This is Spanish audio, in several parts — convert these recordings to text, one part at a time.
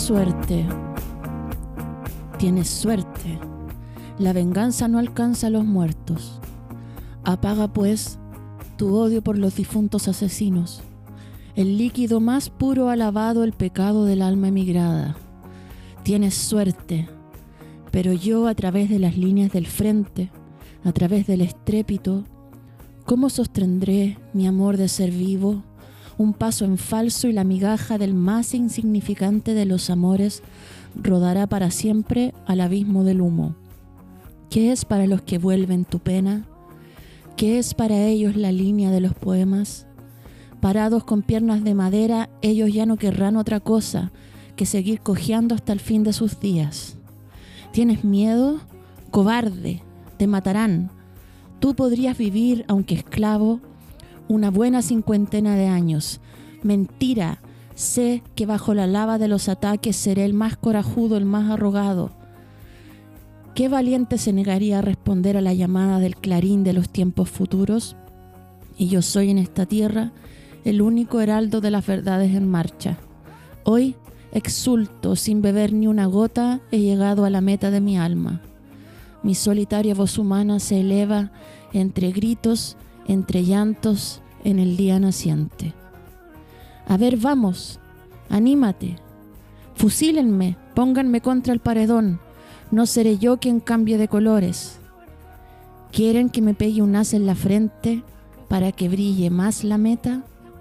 suerte. Tienes suerte. La venganza no alcanza a los muertos. Apaga, pues, tu odio por los difuntos asesinos. El líquido más puro ha lavado el pecado del alma emigrada. Tienes suerte, pero yo, a través de las líneas del frente, a través del estrépito, ¿cómo sostendré mi amor de ser vivo? Un paso en falso y la migaja del más insignificante de los amores rodará para siempre al abismo del humo. ¿Qué es para los que vuelven tu pena? ¿Qué es para ellos la línea de los poemas? Parados con piernas de madera, ellos ya no querrán otra cosa que seguir cojeando hasta el fin de sus días. ¿Tienes miedo? Cobarde, te matarán. Tú podrías vivir, aunque esclavo, una buena 50 de años. Mentira, sé que bajo la lava de los ataques seré el más corajudo, el más arrogado. ¿Qué valiente se negaría a responder a la llamada del clarín de los tiempos futuros? Y yo soy en esta tierra el único heraldo de las verdades en marcha. Hoy exulto, sin beber ni una gota, he llegado a la meta de mi alma. Mi solitaria voz humana se eleva entre gritos, entre llantos, en el día naciente. A ver, vamos, anímate, fusílenme, pónganme contra el paredón, no seré yo quien cambie de colores. ¿Quieren que me pegue un haz en la frente para que brille más la meta?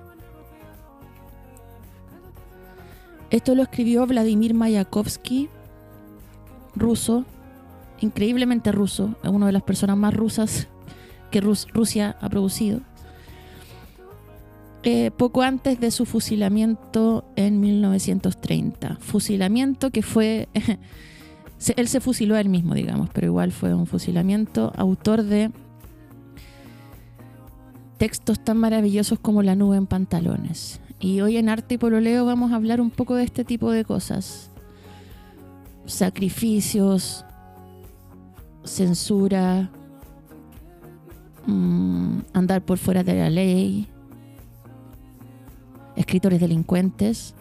Esto lo escribió Vladimir Mayakovsky, ruso, increíblemente ruso, es una de las personas más rusas que Rusia ha producido, poco antes de su fusilamiento en 1930. Fusilamiento que fue, él se fusiló a él mismo, digamos, pero igual fue un fusilamiento. Autor de textos tan maravillosos como La nube en pantalones. Y hoy en Arte y Pololeo vamos a hablar un poco de este tipo de cosas. Sacrificios, censura, andar por fuera de la ley, escritores delincuentes.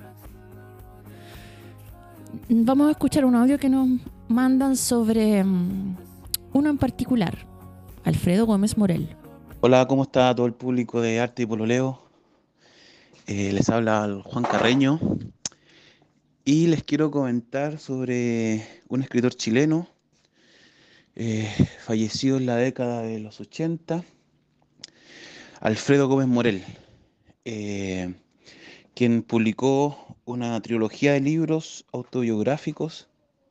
Vamos a escuchar un audio que nos mandan sobre uno en particular, Alfredo Gómez Morel. Hola, ¿cómo está todo el público de Arte y Pololeo? Les habla el Juan Carreño y les quiero comentar sobre un escritor chileno fallecido en la década de los 80, Alfredo Gómez Morel, quien publicó una trilogía de libros autobiográficos,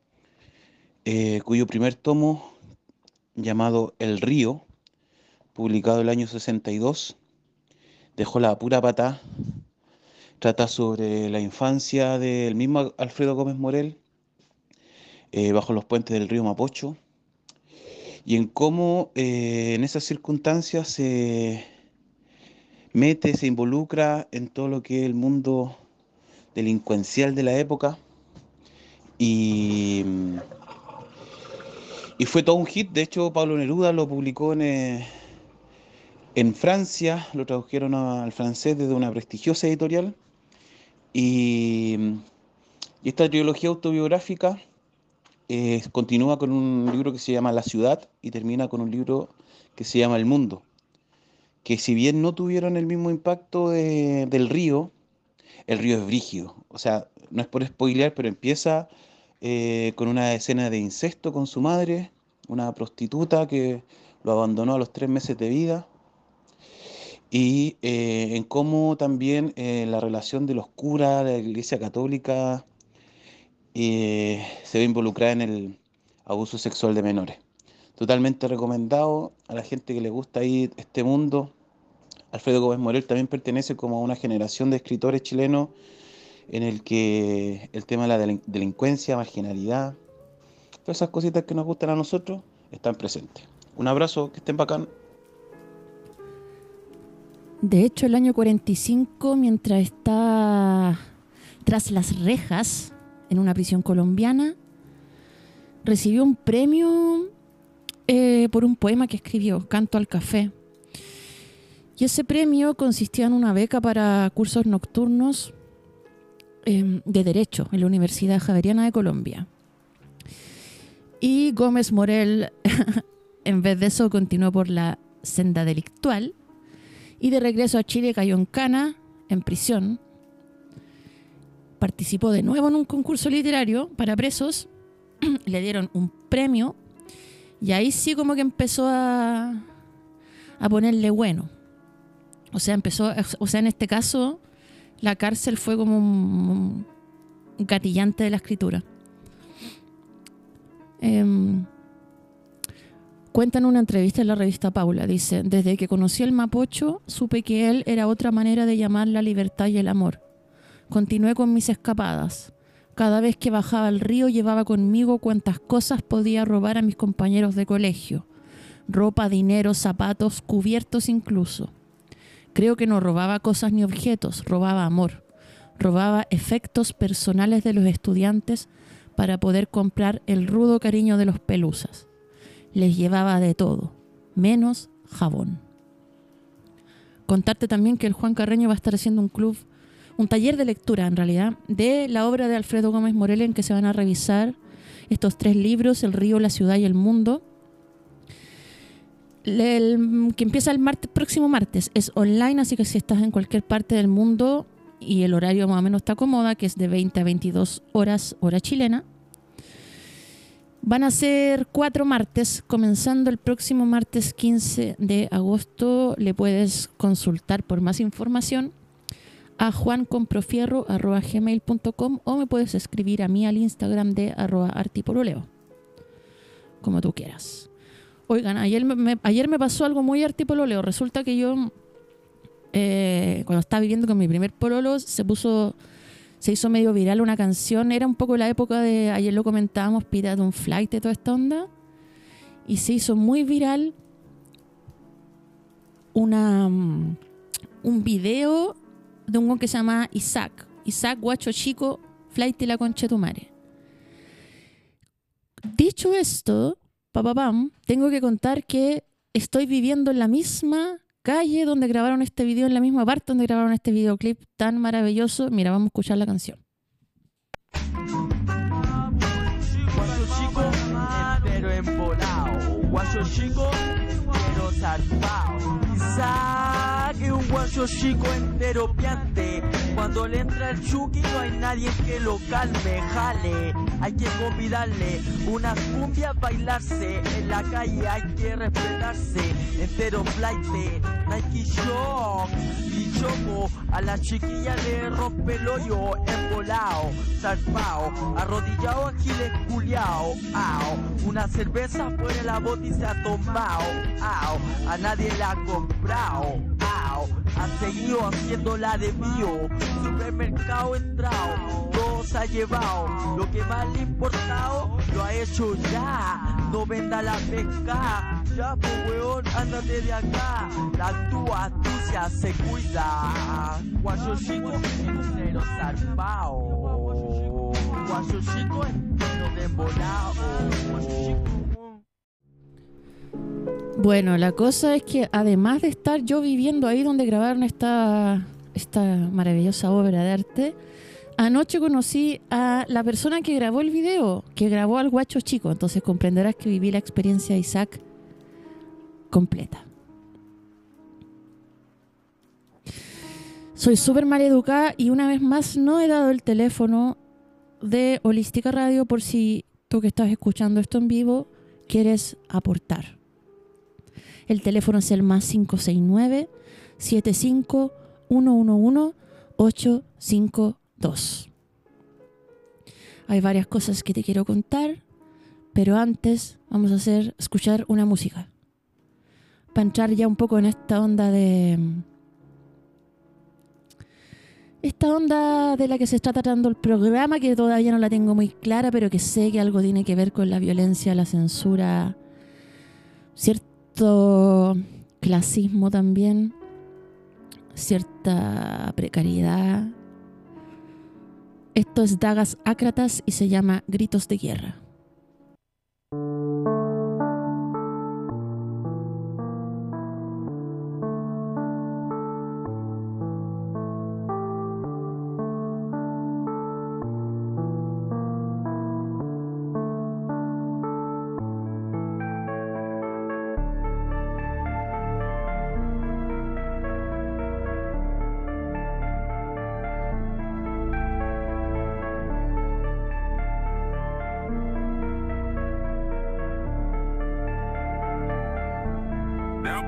cuyo primer tomo, llamado El Río, publicado el año 62, dejó la pura pata. Trata sobre la infancia del mismo Alfredo Gómez Morel, bajo los puentes del río Mapocho, y en cómo en esas circunstancias se mete, se involucra en todo lo que es el mundo delincuencial de la época, y fue todo un hit. De hecho, Pablo Neruda lo publicó en Francia, lo tradujeron al francés desde una prestigiosa editorial, y esta trilogía autobiográfica continúa con un libro que se llama La Ciudad y termina con un libro que se llama El Mundo, que si bien no tuvieron el mismo impacto del Río, el Río es brígido. O sea, no es por spoilear, pero empieza con una escena de incesto con su madre, una prostituta que lo abandonó a los 3 meses de vida, y en cómo también la relación de los curas de la Iglesia Católica se ve involucrada en el abuso sexual de menores. Totalmente recomendado a la gente que le gusta ahí este mundo. Alfredo Gómez Morel también pertenece como a una generación de escritores chilenos en el que el tema de la delincuencia, marginalidad, todas esas cositas que nos gustan a nosotros están presentes. Un abrazo, que estén bacán. De hecho, el año 45, mientras está tras las rejas en una prisión colombiana, recibió un premio por un poema que escribió, Canto al Café. Y ese premio consistía en una beca para cursos nocturnos de Derecho en la Universidad Javeriana de Colombia. Y Gómez Morel, en vez de eso, continuó por la senda delictual y de regreso a Chile cayó en cana, en prisión. Participó de nuevo en un concurso literario para presos, le dieron un premio y ahí sí como que empezó a ponerle bueno. O sea, en este caso la cárcel fue como un gatillante de la escritura. Cuenta en una entrevista en la revista Paula, dice: desde que conocí el mapocho, supe que él era otra manera de llamar la libertad y el amor. Continué con mis escapadas. Cada vez que bajaba al río llevaba conmigo cuantas cosas podía robar a mis compañeros de colegio. Ropa, dinero, zapatos, cubiertos incluso. Creo que no robaba cosas ni objetos, robaba amor. Robaba efectos personales de los estudiantes para poder comprar el rudo cariño de los pelusas. Les llevaba de todo, menos jabón. Contarte también que el Juan Carreño va a estar haciendo un taller de lectura en realidad, de la obra de Alfredo Gómez Morel, en que se van a revisar estos 3 libros, El río, la ciudad y el mundo. Que empieza el próximo martes, es online, así que si estás en cualquier parte del mundo y el horario más o menos te acomoda, que es de 20 a 22 horas, hora chilena. Van a ser 4 martes, comenzando el próximo martes 15 de agosto. Le puedes consultar por más información a juancomprofierro@gmail.com o me puedes escribir a mí al Instagram de @artipololeo, como tú quieras. Oigan, ayer me pasó algo muy artipololeo. Resulta que yo, cuando estaba viviendo con mi primer pololo, se hizo medio viral una canción. Era un poco la época de, ayer lo comentábamos, Pirate on Flight y toda esta onda. Y se hizo muy viral un video de un güey que se llama Isaac, guacho chico, flight y la conchetumare. Dicho esto, tengo que contar que estoy viviendo en la misma calle donde grabaron este video, en la misma parte donde grabaron este videoclip tan maravilloso. Mira, vamos a escuchar la canción. Guaso chico, entero embolado. Guaso chico, entero zarpao. Isaac es un guaso chico entero piante. Cuando le entra el chuki no hay nadie que lo calme, jale. Hay que convidarle unas cumbias, bailarse. En la calle hay que respetarse. Entero flight, Nike Shock y choco. A la chiquilla le rompe el hoyo, embolao, zarpao, arrodillado, giles culiao, ao. Una cerveza fuera la bota y se ha tomado, ao. A nadie la ha comprado, ao. Ha seguido haciendo la de mío. Supermercado entrado, todo se ha llevado. Lo que más le ha importado, lo ha hecho ya. No venda la pesca, ya pues weón, ándate de acá. La astucia se cuida. Guaso chico, entero zarpao. Guaso chico, entero dembolao. Bueno, la cosa es que además de estar yo viviendo ahí donde grabaron esta maravillosa obra de arte, anoche conocí a la persona que grabó el video, que grabó al guacho chico. Entonces comprenderás que viví la experiencia de Isaac completa. Soy súper mal educada y una vez más no he dado el teléfono de Holística Radio por si tú que estás escuchando esto en vivo quieres aportar. El teléfono es el más 569-75-111-852. Hay varias cosas que te quiero contar, pero antes vamos a escuchar una música. Para entrar ya un poco en esta onda de la que se está tratando el programa, que todavía no la tengo muy clara, pero que sé que algo tiene que ver con la violencia, la censura, cierto clasismo también, cierta precariedad. Esto es Dagas Ácratas y se llama Gritos de Guerra.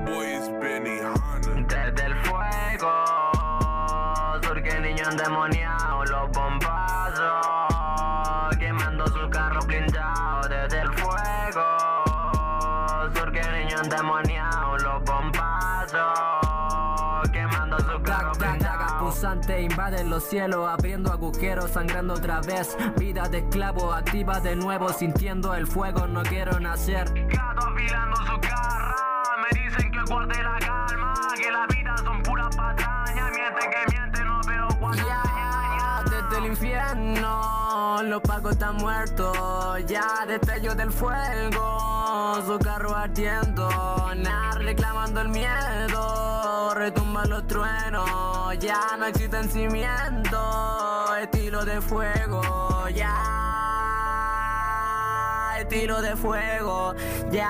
Desde el fuego surge niño endemoniado, los bombazos quemando su carro blindado. Desde el fuego surge niño endemoniado, los bombazos quemando su carro blindado. Pulsante invaden los cielos, abriendo agujeros, sangrando otra vez. Vida de esclavo activa de nuevo, sintiendo el fuego, no quiero nacer. Gato afilando su garra, me dicen que guarde la calma, que la vida son puras patrañas. Miente que miente, no veo cuando desde el infierno, los pagos están muertos. Ya destello del fuego, su carro ardiendo, reclamando el miedo. Retumban los truenos, ya no existen cimientos. Estilo de fuego, ya. Estilo de fuego, ya.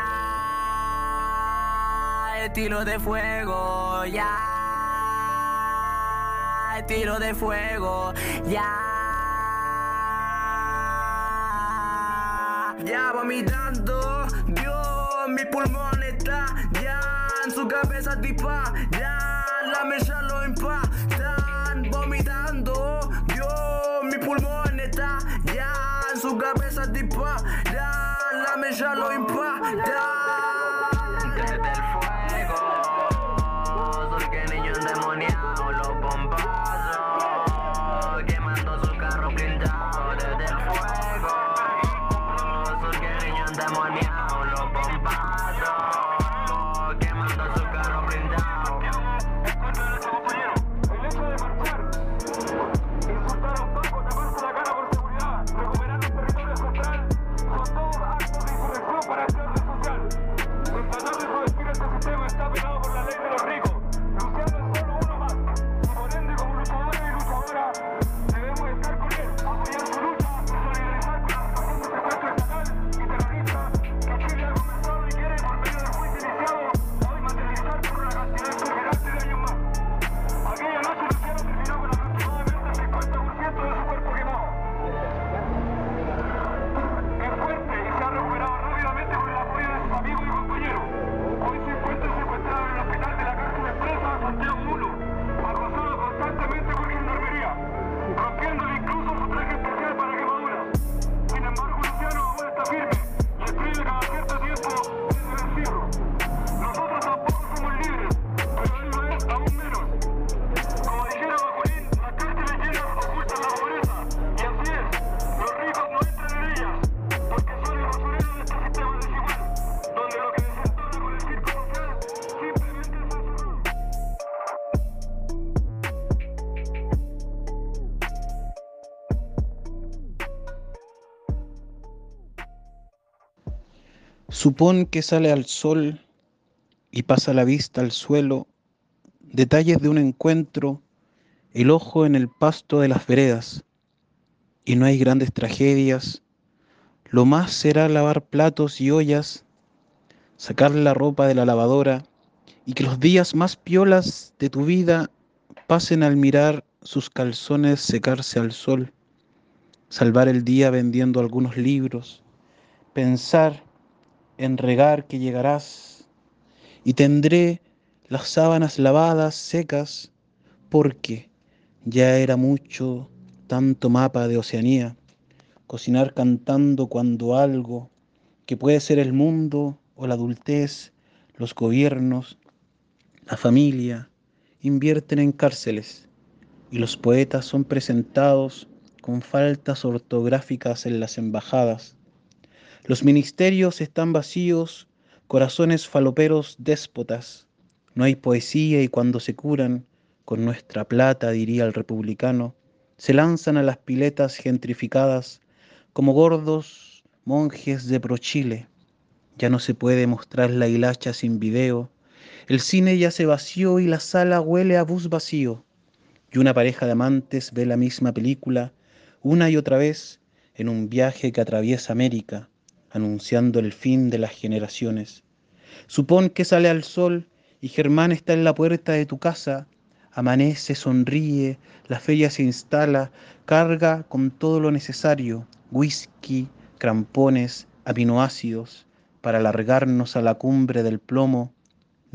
Estilo de fuego, ya. Estilo de fuego, ya. Ya vomitando, Dios, mi pulmón está ya. En su cabeza dispara, ya. La mesa lo impactan, vomitando, Dios, mi pulmón está ya. En su cabeza dispara, ya. La mesa lo impacta. desde el fuego surge niño endemoniado, los bombazos quemando su carro blindado. Desde el fuego surge niño endemoniado, los bombazos quemando su carro blindado. Supón que sale al sol y pasa la vista al suelo, detalles de un encuentro, el ojo en el pasto de las veredas, y no hay grandes tragedias, lo más será lavar platos y ollas, sacar la ropa de la lavadora, y que los días más piolas de tu vida pasen al mirar sus calzones secarse al sol, salvar el día vendiendo algunos libros, pensar en regar que llegarás, y tendré las sábanas lavadas, secas, porque ya era mucho tanto mapa de Oceanía, cocinar cantando cuando algo, que puede ser el mundo o la adultez, los gobiernos, la familia, invierten en cárceles, y los poetas son presentados con faltas ortográficas en las embajadas. Los ministerios están vacíos, corazones faloperos déspotas. No hay poesía y cuando se curan, con nuestra plata, diría el republicano, se lanzan a las piletas gentrificadas como gordos monjes de Prochile. Ya no se puede mostrar la hilacha sin video. El cine ya se vació y la sala huele a bus vacío. Y una pareja de amantes ve la misma película una y otra vez en un viaje que atraviesa América, anunciando el fin de las generaciones. Supón que sale al sol y Germán está en la puerta de tu casa, amanece, sonríe, la feria se instala, carga con todo lo necesario, whisky, crampones, aminoácidos, para largarnos a la cumbre del plomo.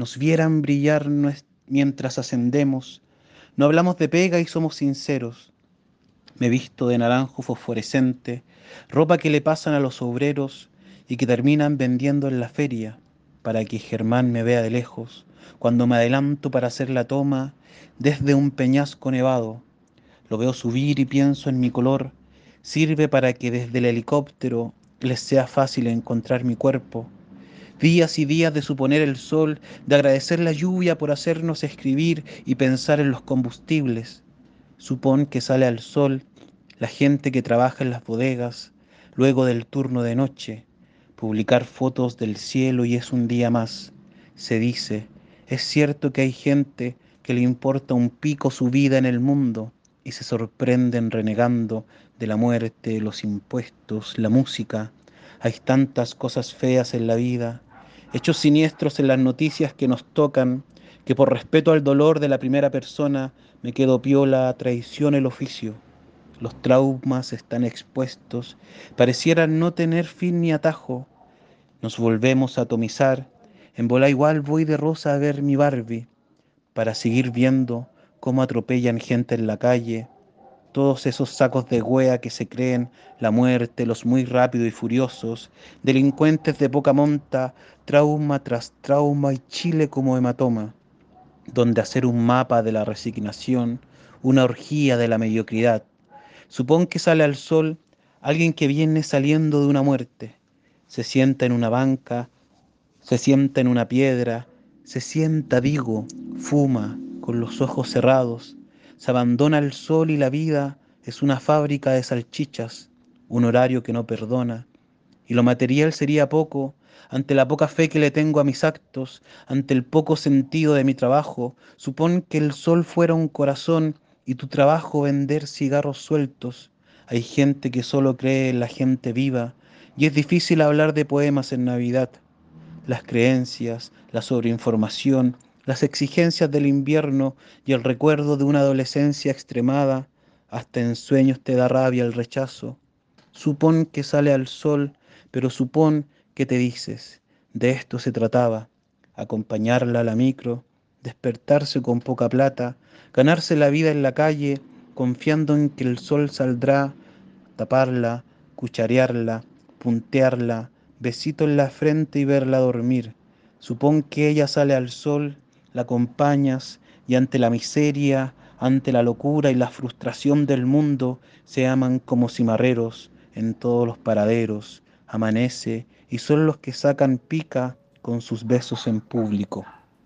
nos vieran brillar mientras ascendemos. No hablamos de pega y somos sinceros. Me visto de naranjo fosforescente, ropa que le pasan a los obreros y que terminan vendiendo en la feria, para que Germán me vea de lejos, cuando me adelanto para hacer la toma desde un peñasco nevado. Lo veo subir y pienso en mi color, sirve para que desde el helicóptero les sea fácil encontrar mi cuerpo. Días y días de suponer el sol, de agradecer la lluvia por hacernos escribir y pensar en los combustibles. Supón que sale al sol la gente que trabaja en las bodegas, luego del turno de noche, publicar fotos del cielo y es un día más. Se dice, es cierto que hay gente que le importa un pico su vida en el mundo y se sorprenden renegando de la muerte, los impuestos, la música. Hay tantas cosas feas en la vida, hechos siniestros en las noticias que nos tocan, que por respeto al dolor de la primera persona me quedo piola, traición el oficio. Los traumas están expuestos, parecieran no tener fin ni atajo. Nos volvemos a atomizar, en bola igual voy de rosa a ver mi Barbie, para seguir viendo cómo atropellan gente en la calle, todos esos sacos de wea que se creen la muerte, los muy rápidos y furiosos, delincuentes de poca monta, trauma tras trauma y Chile como hematoma, donde hacer un mapa de la resignación, una orgía de la mediocridad. Supón que sale al sol alguien que viene saliendo de una muerte, se sienta en una banca, se sienta en una piedra, se sienta, digo, fuma, con los ojos cerrados, se abandona el sol y la vida es una fábrica de salchichas, un horario que no perdona, y lo material sería poco ante la poca fe que le tengo a mis actos, ante el poco sentido de mi trabajo. Supón que el sol fuera un corazón y tu trabajo vender cigarros sueltos. Hay gente que solo cree en la gente viva y es difícil hablar de poemas en Navidad. Las creencias, la sobreinformación, las exigencias del invierno y el recuerdo de una adolescencia extremada, hasta en sueños te da rabia el rechazo. Supón que sale al sol, pero supón que te dices, de esto se trataba, acompañarla a la micro, despertarse con poca plata, ganarse la vida en la calle, confiando en que el sol saldrá, taparla, cucharearla, puntearla, besito en la frente y verla dormir. Supón que ella sale al sol, la acompañas y ante la miseria, ante la locura y la frustración del mundo, se aman como cimarreros en todos los paraderos. Amanece y son los que sacan pica con sus besos en público.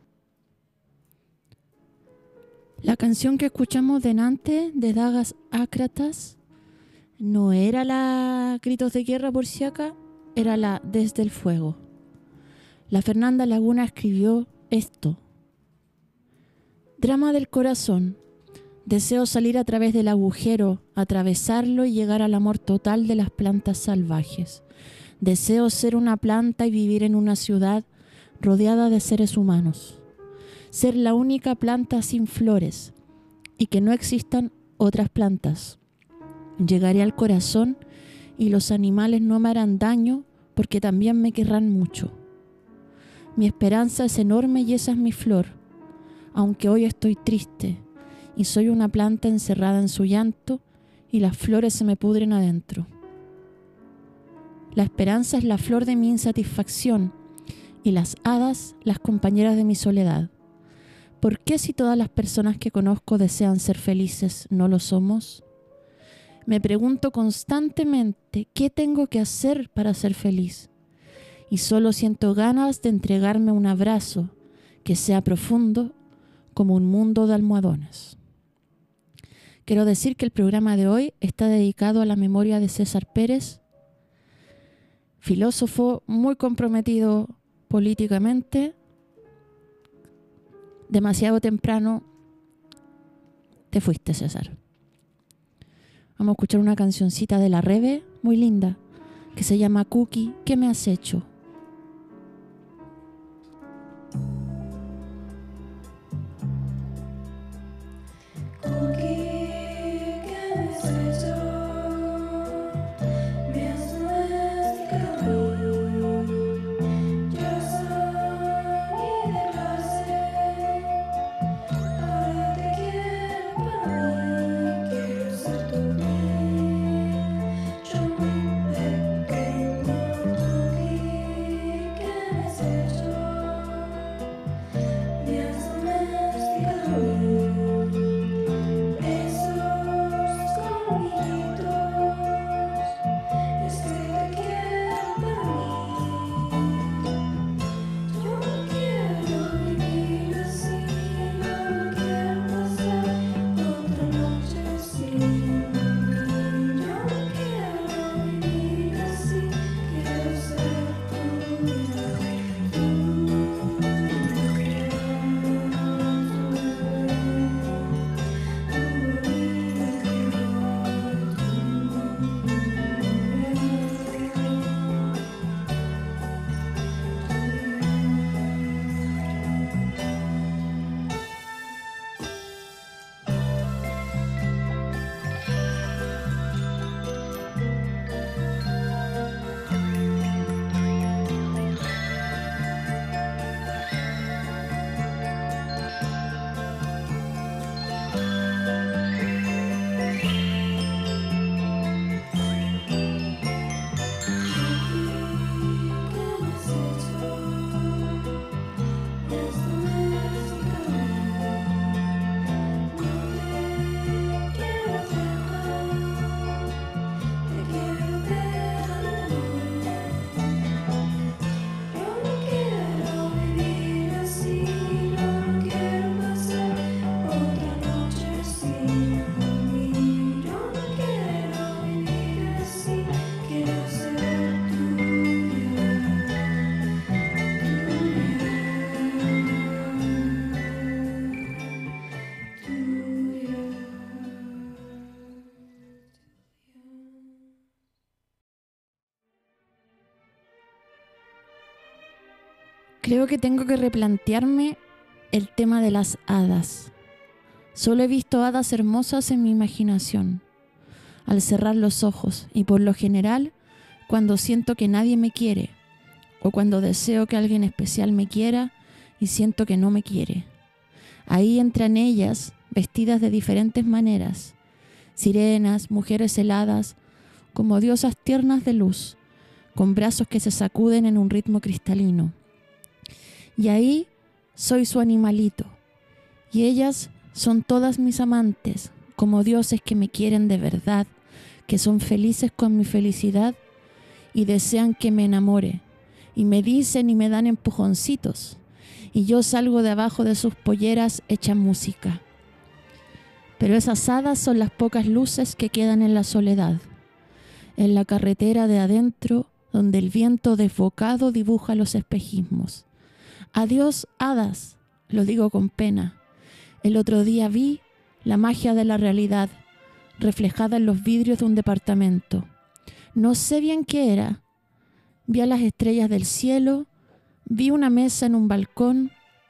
La canción que escuchamos delante de Dagas Ácratas no era la Gritos de Guerra por si acá, era la Desde el Fuego. La Fernanda Laguna escribió esto. Drama del corazón. Deseo salir a través del agujero, atravesarlo y llegar al amor total de las plantas salvajes. Deseo ser una planta y vivir en una ciudad rodeada de seres humanos. Ser la única planta sin flores y que no existan otras plantas. Llegaré al corazón y los animales no me harán daño porque también me querrán mucho. Mi esperanza es enorme y esa es mi flor, aunque hoy estoy triste y soy una planta encerrada en su llanto y las flores se me pudren adentro. La esperanza es la flor de mi insatisfacción y las hadas las compañeras de mi soledad. ¿Por qué si todas las personas que conozco desean ser felices, no lo somos? Me pregunto constantemente qué tengo que hacer para ser feliz y solo siento ganas de entregarme un abrazo que sea profundo como un mundo de almohadones. Quiero decir que el programa de hoy está dedicado a la memoria de César Pérez, filósofo muy comprometido políticamente. Demasiado temprano te fuiste, César. Vamos a escuchar una cancioncita de La Rebe, muy linda, que se llama Cookie, ¿qué me has hecho? Yo soy de los Creo que tengo que replantearme el tema de las hadas. Solo he visto hadas hermosas en mi imaginación, al cerrar los ojos, y por lo general, cuando siento que nadie me quiere, o cuando deseo que alguien especial me quiera y siento que no me quiere. Ahí entran ellas, vestidas de diferentes maneras, sirenas, mujeres heladas, como diosas tiernas de luz, con brazos que se sacuden en un ritmo cristalino. Y ahí soy su animalito, y ellas son todas mis amantes, como dioses que me quieren de verdad, que son felices con mi felicidad y desean que me enamore, y me dicen y me dan empujoncitos, y yo salgo de abajo de sus polleras hecha música. Pero esas hadas son las pocas luces que quedan en la soledad, en la carretera de adentro, donde el viento desbocado dibuja los espejismos. Adiós, hadas, lo digo con pena. El otro día vi la magia de la realidad reflejada en los vidrios de un departamento. No sé bien qué era. Vi a las estrellas del cielo, vi una mesa en un balcón,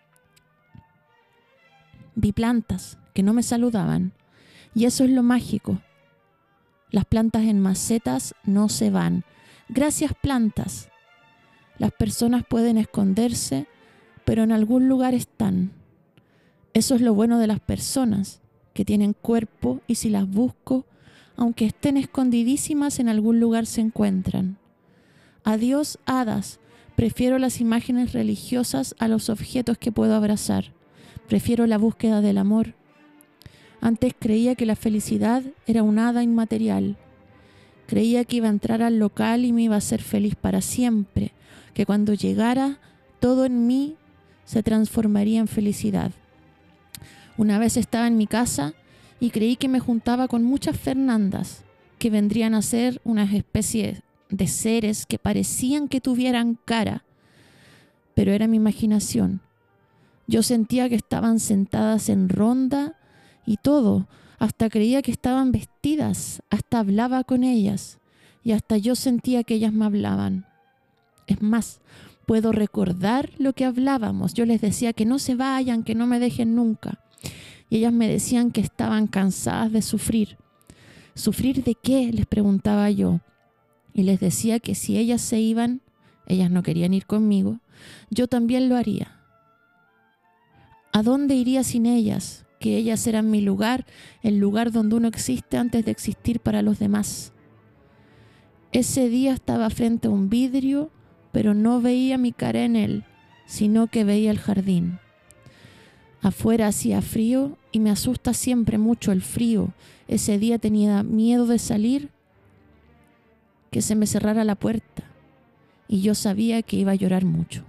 vi plantas que no me saludaban. Y eso es lo mágico. Las plantas en macetas no se van. Gracias, plantas. Las personas pueden esconderse, pero en algún lugar están. Eso es lo bueno de las personas, que tienen cuerpo y si las busco, aunque estén escondidísimas, en algún lugar se encuentran. Adiós, hadas. Prefiero las imágenes religiosas a los objetos que puedo abrazar. Prefiero la búsqueda del amor. Antes creía que la felicidad era un hada inmaterial. Creía que iba a entrar al local y me iba a hacer feliz para siempre, que cuando llegara todo en mí se transformaría en felicidad. Una vez estaba en mi casa y creí que me juntaba con muchas Fernandas, que vendrían a ser unas especies de seres que parecían que tuvieran cara, pero era mi imaginación. Yo sentía que estaban sentadas en ronda y todo, hasta creía que estaban vestidas, hasta hablaba con ellas y hasta yo sentía que ellas me hablaban. Es más, puedo recordar lo que hablábamos. Yo les decía que no se vayan, que no me dejen nunca. Y ellas me decían que estaban cansadas de sufrir. ¿Sufrir de qué?, les preguntaba yo. Y les decía que si ellas se iban, ellas no querían ir conmigo, yo también lo haría. ¿A dónde iría sin ellas? Que ellas eran mi lugar, el lugar donde uno existe antes de existir para los demás. Ese día estaba frente a un vidrio, pero no veía mi cara en él, sino que veía el jardín. Afuera hacía frío y me asusta siempre mucho el frío. Ese día tenía miedo de salir, que se me cerrara la puerta, y yo sabía que iba a llorar mucho.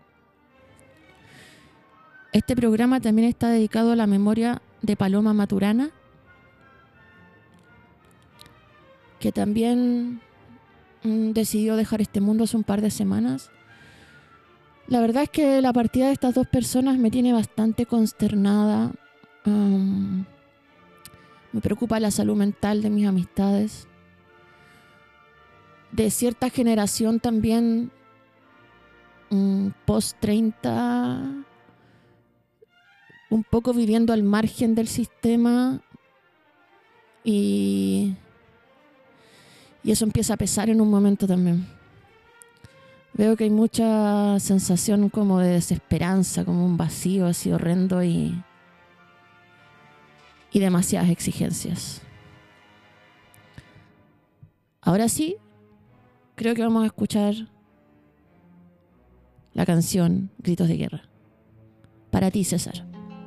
Este programa también está dedicado a la memoria de Paloma Maturana, que también decidió dejar este mundo hace un par de semanas. La verdad es que la partida de estas dos personas me tiene bastante consternada. Me preocupa la salud mental de mis amistades. De cierta generación también, post 30, un poco viviendo al margen del sistema, y eso empieza a pesar en un momento también. Veo que hay mucha sensación como de desesperanza, como un vacío así horrendo y demasiadas exigencias. Ahora sí, creo que vamos a escuchar la canción Gritos de Guerra. Para ti, César.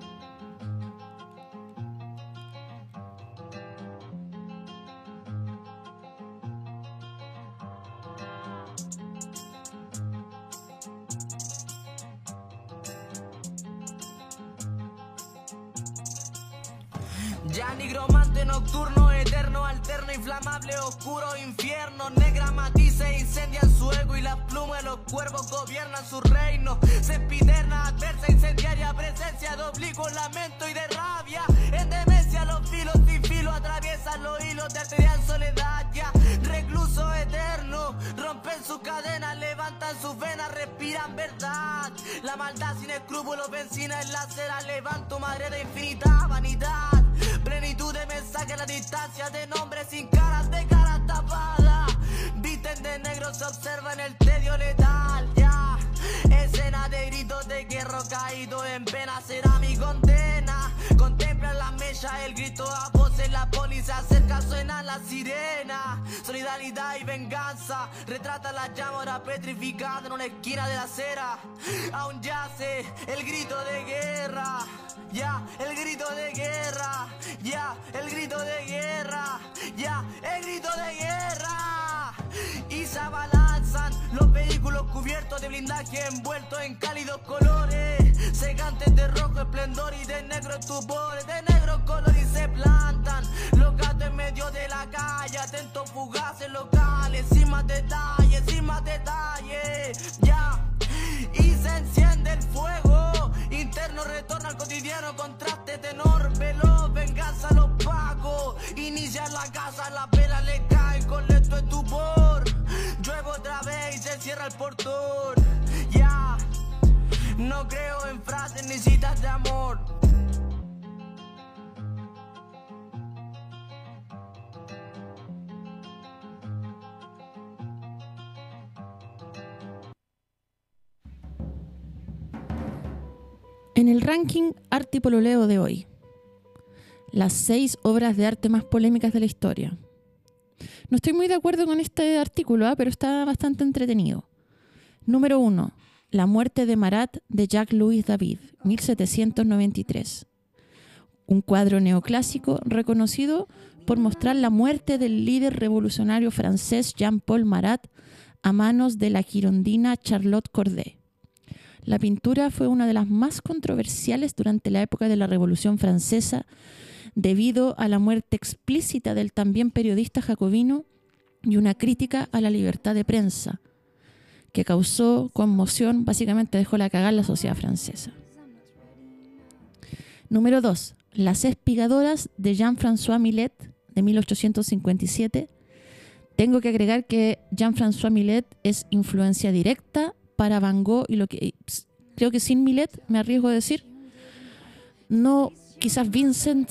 Ya nigromante nocturno, eterno, alterno, inflamable, oscuro, infierno. Negra matices incendian su ego y las plumas de los cuervos gobiernan su reino. Sempiterna, adversa, incendiaria, presencia de oblicuo, lamento y de rabia. En demencia los filos sin filo atraviesan los hilos de arterial soledad. Ya recluso eterno, rompen su cadenas, levantan sus venas, respiran verdad. La maldad sin escrúpulos, benzina en la acera, levanto madre de infinita vanidad. Plenitud de mensaje a la distancia, de nombres sin caras, de caras tapadas. Visten de negro, se observan el tedio letal, ya. Escena de gritos de guerra caído en pena, será mi condena. Contemplan las mechas, el grito a voces, la poli se acerca, suena la sirena. Solidaridad y venganza, retrata la llama ahora petrificada en una esquina de la acera. Aún yace el grito de guerra, ya, el grito de guerra, ya, el grito de guerra, ya, el grito de guerra. Y se abalanzan los vehículos cubiertos de blindaje envueltos en cálidos colores, cegantes de rojo esplendor y de negro estupor, de negro color, y se plantan los gatos en medio de la calle, atentos fugaces locales, sin más detalles, ya. Y se enciende el fuego interno, retorna al cotidiano, contraste tenor, veloz, venganza a los pagos. Inicia en la casa, las velas le caen con lento estupor. Llueve otra vez y se cierra el portón, ya. No creo en frases ni citas de amor. En el ranking Arte y Pololeo de hoy, las 6 obras de arte más polémicas de la historia. No estoy muy de acuerdo con este artículo, pero está bastante entretenido. Número 1. La muerte de Marat de Jacques-Louis David, 1793. Un cuadro neoclásico reconocido por mostrar la muerte del líder revolucionario francés Jean-Paul Marat a manos de la girondina Charlotte Corday. La pintura fue una de las más controversiales durante la época de la Revolución Francesa debido a la muerte explícita del también periodista jacobino y una crítica a la libertad de prensa que causó conmoción, básicamente dejó la cagada en la sociedad francesa. Número 2. Las espigadoras de Jean-François Millet de 1857. Tengo que agregar que Jean-François Millet es influencia directa para Van Gogh, y lo que creo que sin Millet, me arriesgo a decir, no, quizás Vincent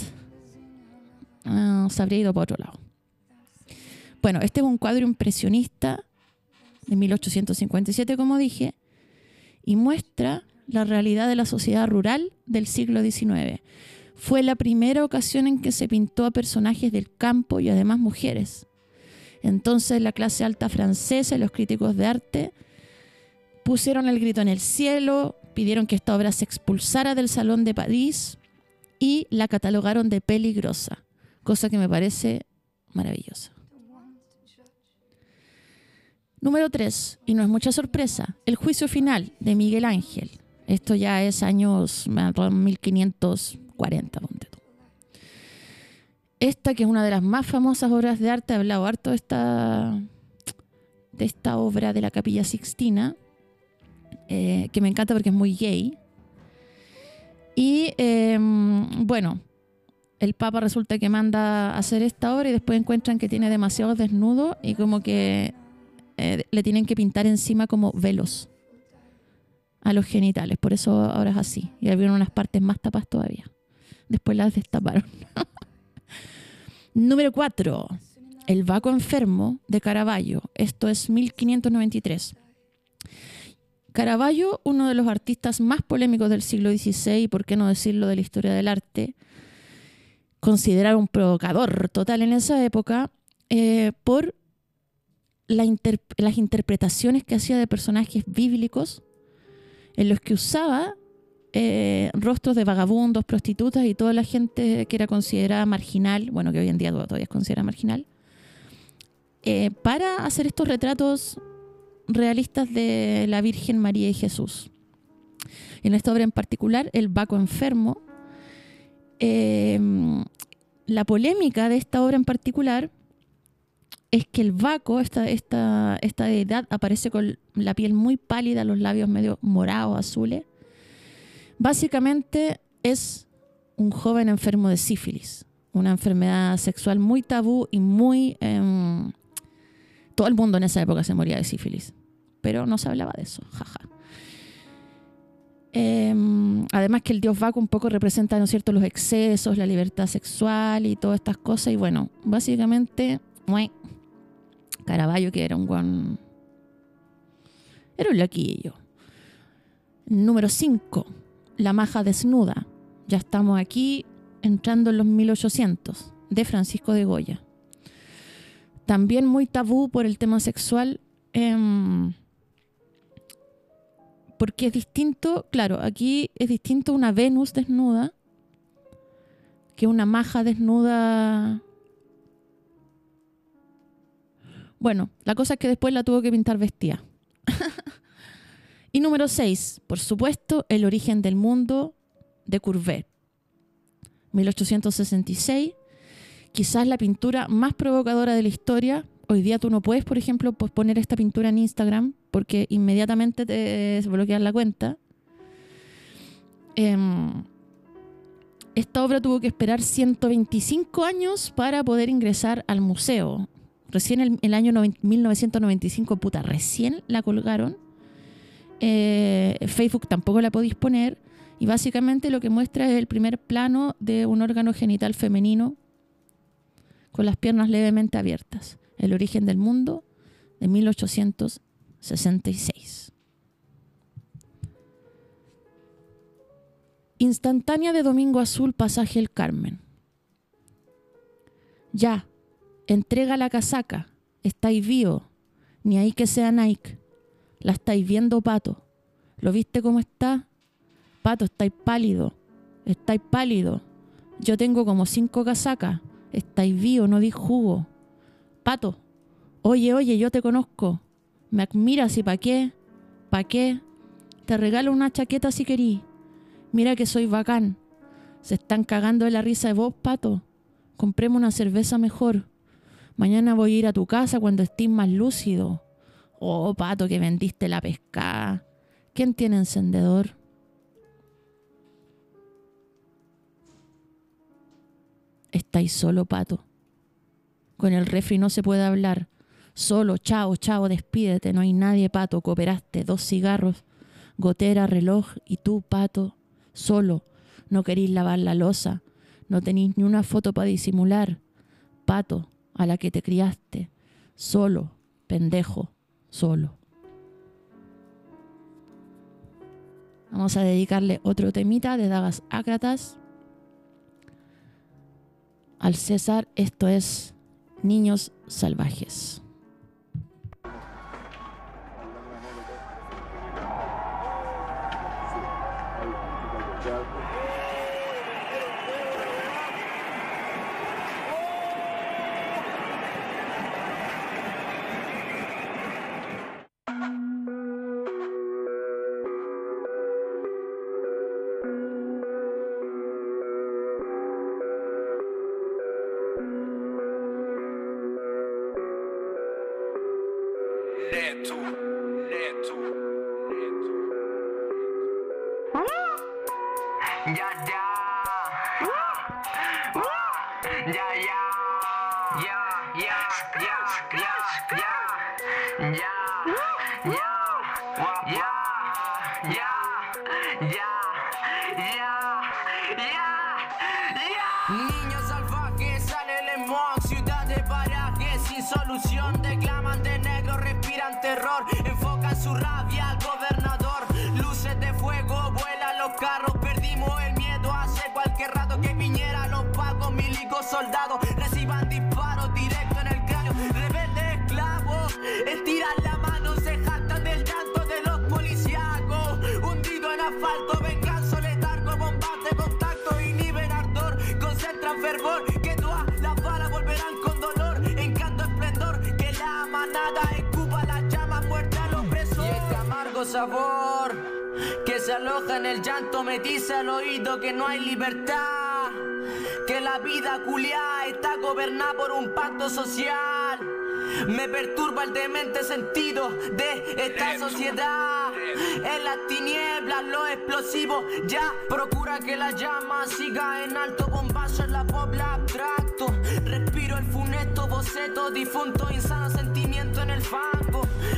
se habría ido para otro lado. Bueno, este es un cuadro impresionista de 1857, como dije, y muestra la realidad de la sociedad rural del siglo XIX. Fue la primera ocasión en que se pintó a personajes del campo y además mujeres. Entonces la clase alta francesa y los críticos de arte pusieron el grito en el cielo, pidieron que esta obra se expulsara del Salón de París y la catalogaron de peligrosa, cosa que me parece maravillosa. Número 3, y no es mucha sorpresa, El juicio final de Miguel Ángel. Esto ya es años 1540, ponte tú. Esta, que es una de las más famosas obras de arte, he hablado harto de esta obra de la Capilla Sixtina, que me encanta porque es muy gay. Y bueno, el Papa resulta que manda a hacer esta obra y después encuentran que tiene demasiados desnudos y como que le tienen que pintar encima como velos a los genitales. Por eso ahora es así. Y había unas partes más tapadas todavía. Después las destaparon. Número 4. El Baco enfermo de Caravaggio. Esto es 1593. Caravaggio, uno de los artistas más polémicos del siglo XVI, y por qué no decirlo de la historia del arte, considerado un provocador total en esa época, por las interpretaciones que hacía de personajes bíblicos en los que usaba rostros de vagabundos, prostitutas y toda la gente que era considerada marginal, bueno, que hoy en día todavía es considerada marginal, para hacer estos retratos realistas de la Virgen María y Jesús. En esta obra en particular, El Baco enfermo, la polémica de esta obra en particular es que el Baco, esta deidad, aparece con la piel muy pálida, los labios medio morados, azules. Básicamente es un joven enfermo de sífilis, una enfermedad sexual muy tabú y muy... todo el mundo en esa época se moría de sífilis. pero no se hablaba de eso, jaja. Además que el dios Baco un poco representa, ¿no es cierto?, los excesos, la libertad sexual y todas estas cosas. Y bueno, básicamente, Caravaggio, que era un loquillo. Número 5, La maja desnuda. Ya estamos aquí entrando en los 1800, de Francisco de Goya. También muy tabú por el tema sexual, porque es distinto, claro, aquí es distinto una Venus desnuda que una maja desnuda. Bueno, la cosa es que después la tuvo que pintar vestida. Y número 6, por supuesto, El origen del mundo, de Courbet, 1866. Quizás la pintura más provocadora de la historia. Hoy día tú no puedes, por ejemplo, poner esta pintura en Instagram porque inmediatamente te bloquean la cuenta. Esta obra tuvo que esperar 125 años para poder ingresar al museo. Recién el año 1995, puta, recién la colgaron. Facebook tampoco la podéis poner. Y básicamente lo que muestra es el primer plano de un órgano genital femenino con las piernas levemente abiertas. El origen del mundo, de 1866. Instantánea de Domingo Azul, Pasaje El Carmen. Ya, entrega la casaca, estáis vivos, ni ahí que sea Nike. La estáis viendo, Pato. ¿Lo viste cómo está? Pato, estáis pálido. Yo tengo como 5 casacas. Estáis vivo, no di jugo. Pato, oye, yo te conozco. Me admiras y ¿pa' qué? Te regalo una chaqueta si querís. Mira que soy bacán. Se están cagando de la risa de vos, Pato. Compremos una cerveza mejor. Mañana voy a ir a tu casa cuando estés más lúcido. Oh, Pato, que vendiste la pescada. ¿Quién tiene encendedor? Estáis solo, Pato. Con el refri no se puede hablar. Solo, chao, despídete. No hay nadie, Pato. Cooperaste, 2 cigarros, gotera, reloj. Y tú, Pato, solo. No querís lavar la loza. No tenéis ni una foto para disimular. Pato, a la que te criaste. Solo, pendejo, solo. Vamos a dedicarle otro temita de Dagas Ácratas al César. Esto es Niños Salvajes. Niños salvajes, sale el smog, ciudad de paraje sin solución, declaman de negro, respiran terror, enfocan su rabia al gobernador, luces de fuego, vuelan los carros, perdimos el miedo hace cualquier rato que viniera los pacos, milicos, soldados, reciban disparos directo en el cráneo, rebeldes esclavos, estiran la mano, se jactan del llanto de los policíacos, hundido en asfalto, venganza, letargo, bombas de contacto, inhiben ardor, concentran fervor, que todas las balas volverán con dolor, encanto, esplendor, que la manada escupa las llamas, muerte al opresor. Y este amargo sabor que se aloja en el llanto me dice al oído que no hay libertad, que la vida culiá está gobernada por un pacto social. Me perturba el demente sentido de esta sociedad. En las tinieblas lo explosivo ya procura que la llama siga en alto, bombazo en la pobla abstracto. Respiro el funesto boceto difunto, insano sentimiento en el fango.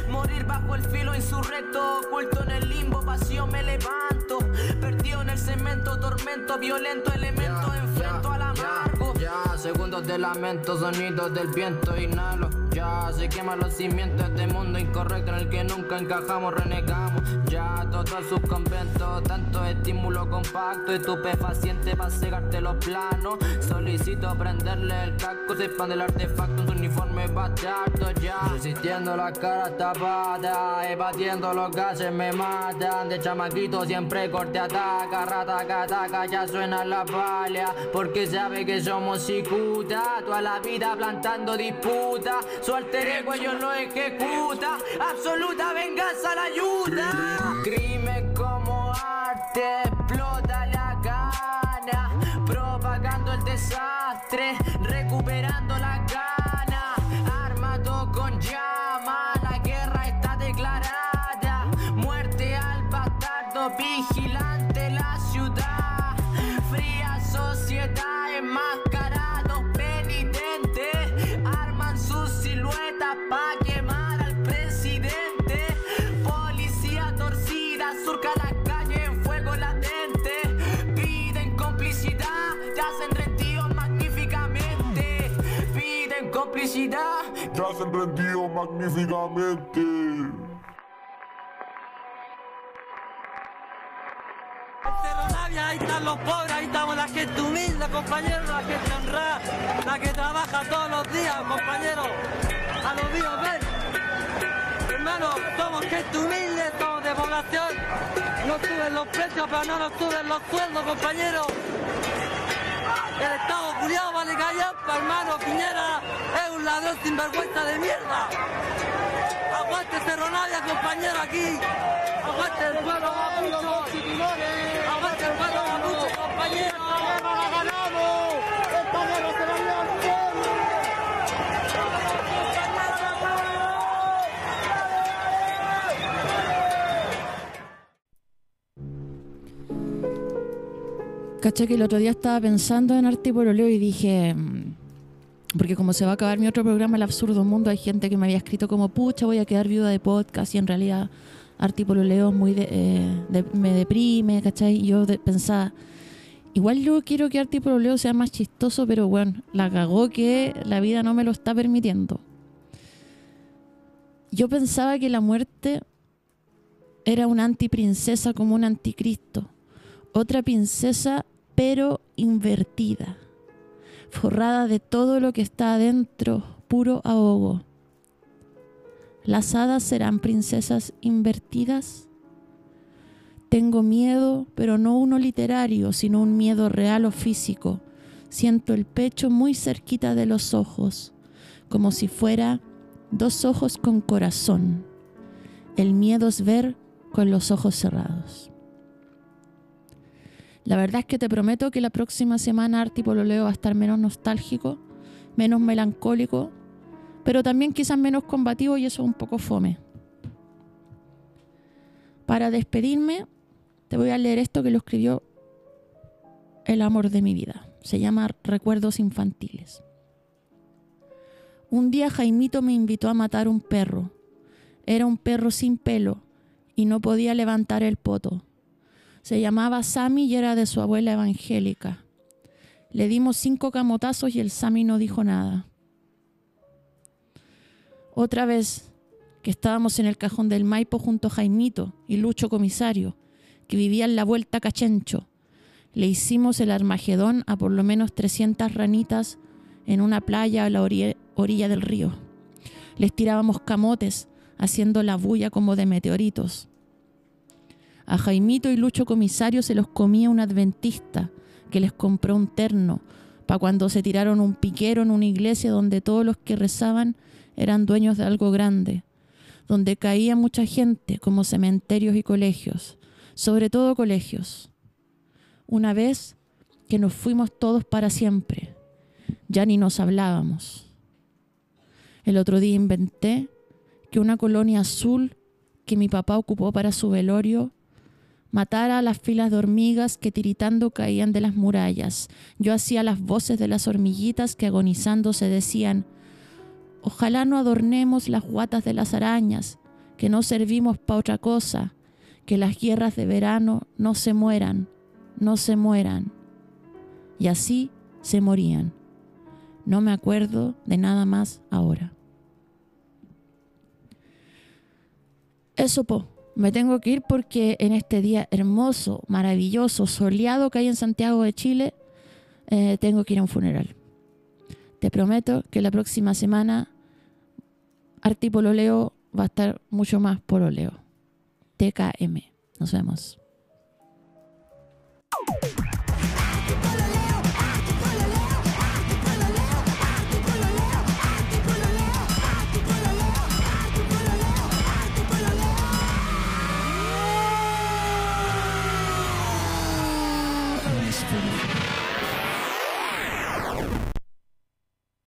Morir bajo el filo insurrecto, oculto en el limbo, pasión me levanto. Perdido en el cemento, tormento violento, elemento enfrento al amargo. Ya, segundos de lamento, sonidos del viento, inhalo. Ya, se queman los cimientos de mundo incorrecto en el que nunca encajamos, renegamos. Ya, todo sus conventos, tanto estímulo compacto, estupefaciente para cegarte los planos. Solicito prenderle el casco, se expande el artefacto en su uniforme bastardo. Ya, resistiendo la cara tapada, evadiendo los gases me matan. De chamaquito siempre corte ataca, rata que ataca, ya suena la pala. Porque sabe que somos cicuta, toda la vida plantando disputa. Su alter ego ellos lo ejecuta, absoluta venganza la ayuda. Crimen como arte, explota la gana, propagando el desastre, recuperando la gana. Armado con llama, la guerra está declarada. Muerte al bastardo, vigilante la ciudad. Fría sociedad, enmascarados penitentes, arman sus siluetas pa' quemar al presidente. Policía torcida, surca las calles en fuego latente. Piden complicidad, yacen rendidos magníficamente. Piden complicidad, yacen rendidos magníficamente. Ahí están los pobres, ahí estamos la gente humilde, compañeros, la gente honrada, la que trabaja todos los días, compañeros. A los míos, ven. Hermano, somos gente humilde, somos de población. No suben los precios, pero no nos suben los sueldos, compañeros. El Estado culiado vale callampa, hermano. Piñera es un ladrón sinvergüenza de mierda. Aguante Cerro Navia, compañero, aquí. Aguante el pueblo mapucho. Aguante el pueblo mapucho, compañero. ¡La guerra la ganamos! ¡Esta guerra se la dio al pueblo! Caché que el otro día estaba pensando en Arte y Pololeo y dije, porque como se va a acabar mi otro programa, El Absurdo Mundo, hay gente que me había escrito como, pucha, voy a quedar viuda de podcast, y en realidad Arte y Pololeo es muy me deprime, ¿cachai? Y yo pensaba, igual yo quiero que Arte y Pololeo sea más chistoso, pero bueno, la cagó que la vida no me lo está permitiendo. Yo pensaba que la muerte era una antiprincesa como un anticristo. Otra princesa, pero invertida, forrada de todo lo que está adentro, puro ahogo. ¿Las hadas serán princesas invertidas? Tengo miedo, pero no uno literario, sino un miedo real o físico. Siento el pecho muy cerquita de los ojos, como si fuera dos ojos con corazón. El miedo es ver con los ojos cerrados. La verdad es que te prometo que la próxima semana Arte y Pololeo va a estar menos nostálgico, menos melancólico, pero también quizás menos combativo, y eso es un poco fome. Para despedirme, te voy a leer esto que lo escribió el amor de mi vida. Se llama Recuerdos Infantiles. Un día Jaimito me invitó a matar un perro. Era un perro sin pelo y no podía levantar el poto. Se llamaba Sammy y era de su abuela evangélica. Le dimos 5 camotazos y el Sammy no dijo nada. Otra vez que estábamos en el cajón del Maipo junto a Jaimito y Lucho Comisario, que vivía en la Vuelta Cachencho, le hicimos el Armagedón a por lo menos 300 ranitas en una playa a la orilla del río. Les tirábamos camotes, haciendo la bulla como de meteoritos. A Jaimito y Lucho Comisario se los comía un adventista que les compró un terno para cuando se tiraron un piquero en una iglesia donde todos los que rezaban eran dueños de algo grande, donde caía mucha gente como cementerios y colegios, sobre todo colegios. Una vez que nos fuimos todos para siempre, ya ni nos hablábamos. El otro día inventé que una colonia azul que mi papá ocupó para su velorio matara a las filas de hormigas que tiritando caían de las murallas. Yo hacía las voces de las hormiguitas que agonizando se decían: ojalá no adornemos las guatas de las arañas, que no servimos para otra cosa, que las guerras de verano no se mueran. Y así se morían. No me acuerdo de nada más ahora. Eso, me tengo que ir porque en este día hermoso, maravilloso, soleado que hay en Santiago de Chile, tengo que ir a un funeral. Te prometo que la próxima semana Arte y Pololeo va a estar mucho más pololeo. TKM. Nos vemos.